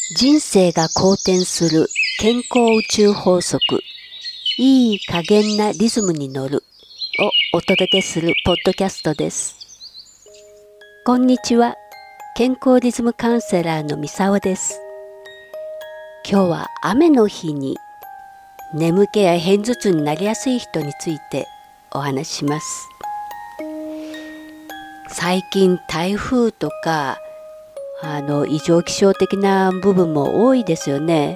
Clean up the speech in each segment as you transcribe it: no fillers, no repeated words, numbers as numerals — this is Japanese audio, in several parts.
人生が好転する健康宇宙法則、いい加減なリズムに乗るをお届けするポッドキャストです。こんにちは、健康リズムカウンセラーのみさおです。今日は雨の日に眠気や片頭痛になりやすい人についてお話しします。最近台風とか異常気象的な部分も多いですよね。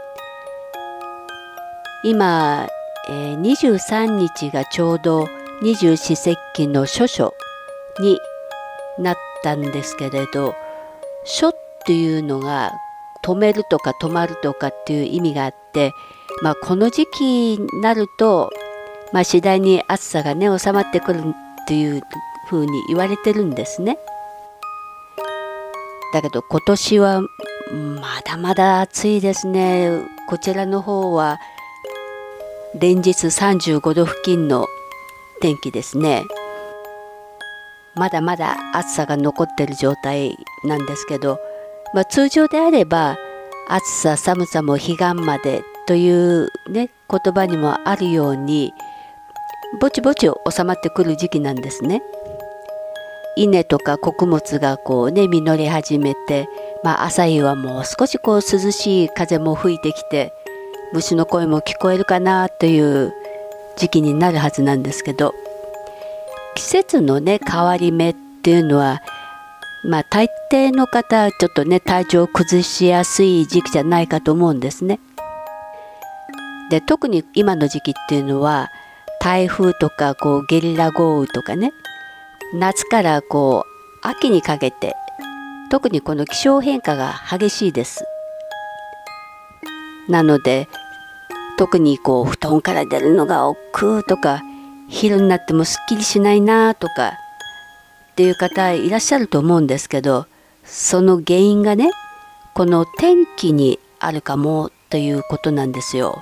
今、23日がちょうど二十四節気の処暑になったんですけれど、暑っていうのが止めるとか止まるとかっていう意味があって、この時期になると、次第に暑さがね収まってくるっていうふうに言われてるんですね。だけど今年はまだまだ暑いですね。こちらの方は連日35度付近の天気ですね。まだまだ暑さが残っている状態なんですけど、通常であれば暑さ寒さも彼岸までというね言葉にもあるようにぼちぼち収まってくる時期なんですね。稲とか穀物が実り始めて、朝夕はもう少し涼しい風も吹いてきて、虫の声も聞こえるかなという時期になるはずなんですけど、季節のね変わり目っていうのは大抵の方ちょっとね体調を崩しやすい時期じゃないかと思うんですね。で、特に今の時期っていうのは台風とかゲリラ豪雨とかね、夏から秋にかけて特にこの気象変化が激しいです。なので特に布団から出るのが億劫とか、昼になってもすっきりしないなとかっていう方いらっしゃると思うんですけど、その原因がねこの天気にあるかもということなんですよ。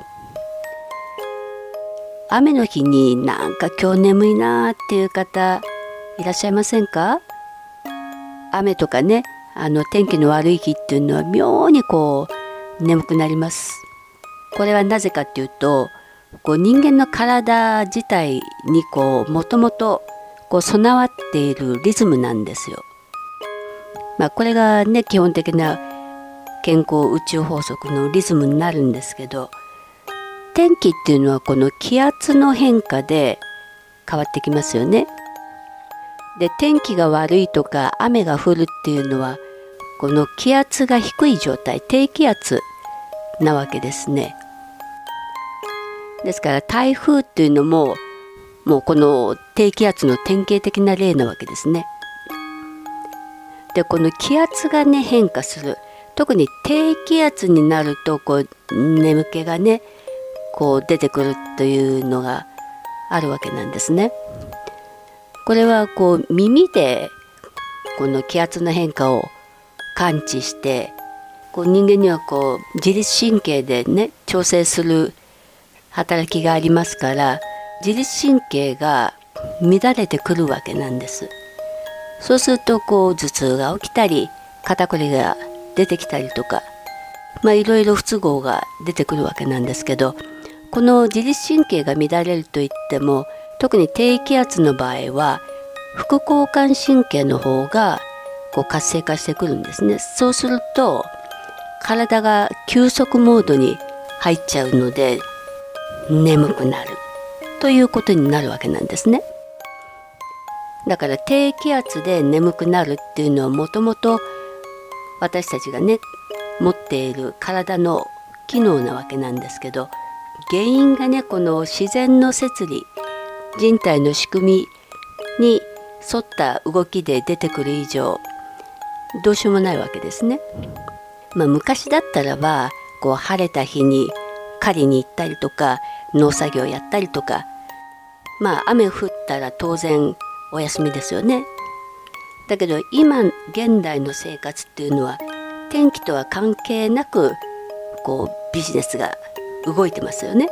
雨の日になんか今日眠いなっていう方いらっしゃいませんか？雨とかね天気の悪い日っていうのは妙に眠くなります。これはなぜかっていうと、人間の体自体にもともと備わっているリズムなんですよ。これがね基本的な健康宇宙法則のリズムになるんですけど、天気っていうのはこの気圧の変化で変わってきますよね。で、天気が悪いとか雨が降るっていうのはこの気圧が低い状態、低気圧なわけですね。ですから台風っていうのももうこの低気圧の典型的な例なわけですね。で、この気圧がね変化する、特に低気圧になると眠気がね出てくるというのがあるわけなんですね。これは耳でこの気圧の変化を感知して、人間には自律神経でね調整する働きがありますから、自律神経が乱れてくるわけなんです。そうすると頭痛が起きたり肩こりが出てきたりとか、いろいろ不都合が出てくるわけなんですけど、この自律神経が乱れるといっても、特に低気圧の場合は副交感神経の方が活性化してくるんですね。そうすると体が休息モードに入っちゃうので眠くなるということになるわけなんですね。だから低気圧で眠くなるっていうのはもともと私たちがね持っている体の機能なわけなんですけど、原因がねこの自然の摂理、人体の仕組みに沿った動きで出てくる以上どうしようもないわけですね。昔だったらば晴れた日に狩りに行ったりとか農作業やったりとか、雨降ったら当然お休みですよね。だけど今現代の生活っていうのは天気とは関係なくビジネスが動いてますよね。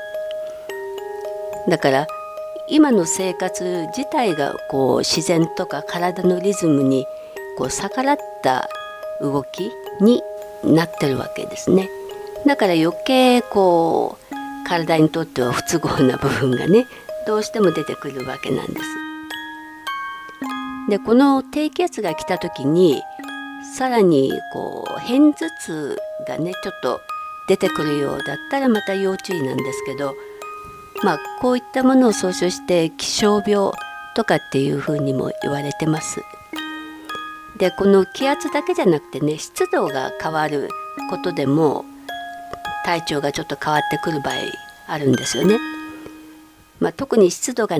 だから今の生活自体が自然とか体のリズムに逆らった動きになってるわけですね。だから余計こう体にとっては不都合な部分がねどうしても出てくるわけなんです。でこの低気圧が来た時にさらにこう片頭痛がねちょっと出てくるようだったらまた要注意なんですけど、こういったものを総称して気象病とかっていうふうにも言われてます。でこの気圧だけじゃなくてね湿度が変わることでも体調がちょっと変わってくる場合あるんですよね。特に湿度が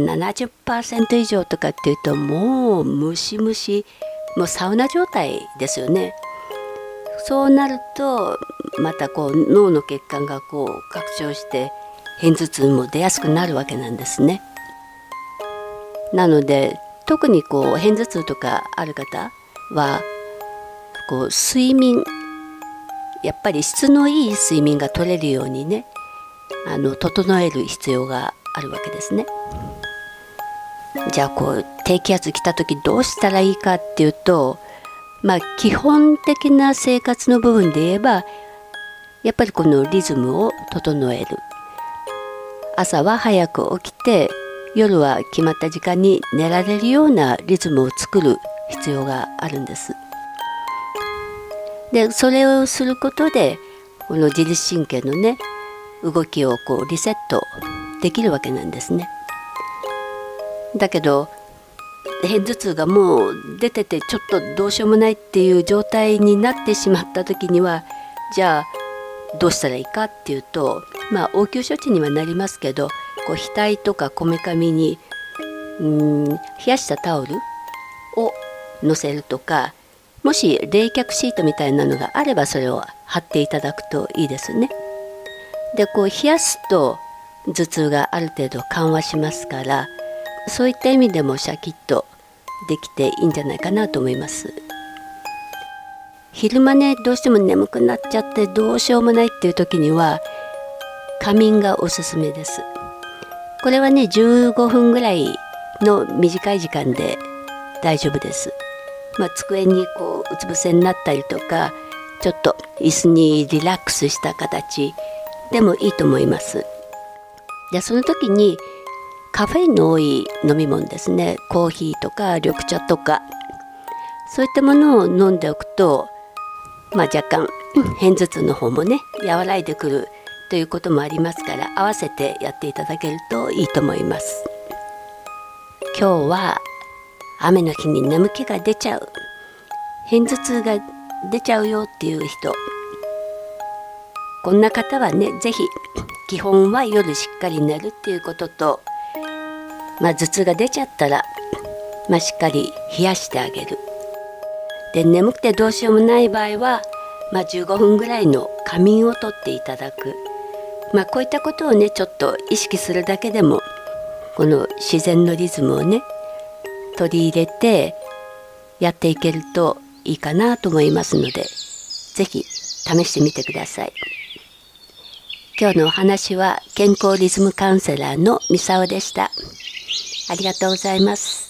70% 以上とかっていうともうムシムシ、もうサウナ状態ですよね。そうなるとまたこう脳の血管がこう拡張して片頭痛も出やすくなるわけなんですね。なので特にこう片頭痛とかある方はこう睡眠、やっぱり質のいい睡眠が取れるようにね整える必要があるわけですね。じゃあこう低気圧来た時どうしたらいいかっていうと、基本的な生活の部分で言えばやっぱりこのリズムを整える。朝は早く起きて夜は決まった時間に寝られるようなリズムを作る必要があるんです。でそれをすることでこの自律神経のね動きをこうリセットできるわけなんですね。だけど片頭痛がもう出ててちょっとどうしようもないっていう状態になってしまった時にはじゃあどうしたらいいかっていうと、応急処置にはなりますけどこう額とかこめかみに冷やしたタオルをのせるとか、もし冷却シートみたいなのがあればそれを貼っていただくといいですね。でこう冷やすと頭痛がある程度緩和しますから、そういった意味でもシャキッとできていいんじゃないかなと思います。昼間ねどうしても眠くなっちゃってどうしようもないっていう時には仮眠がおすすめです。これはね15分ぐらいの短い時間で大丈夫です。机にこううつ伏せになったりとかちょっと椅子にリラックスした形でもいいと思います。でその時にカフェインの多い飲み物ですね、コーヒーとか緑茶とかそういったものを飲んでおくと、若干片頭痛の方もね和らいでくるということもありますから、合わせてやっていただけるといいと思います。今日は雨の日に眠気が出ちゃう、片頭痛が出ちゃうよっていう人、こんな方はねぜひ基本は夜しっかり寝るっていうことと、頭痛が出ちゃったら、しっかり冷やしてあげる。で眠くてどうしようもない場合は、15分ぐらいの仮眠をとっていただく、こういったことをねちょっと意識するだけでもこの自然のリズムをね取り入れてやっていけるといいかなと思いますので、ぜひ試してみてください。今日のお話は健康リズムカウンセラーのミサオでした。ありがとうございます。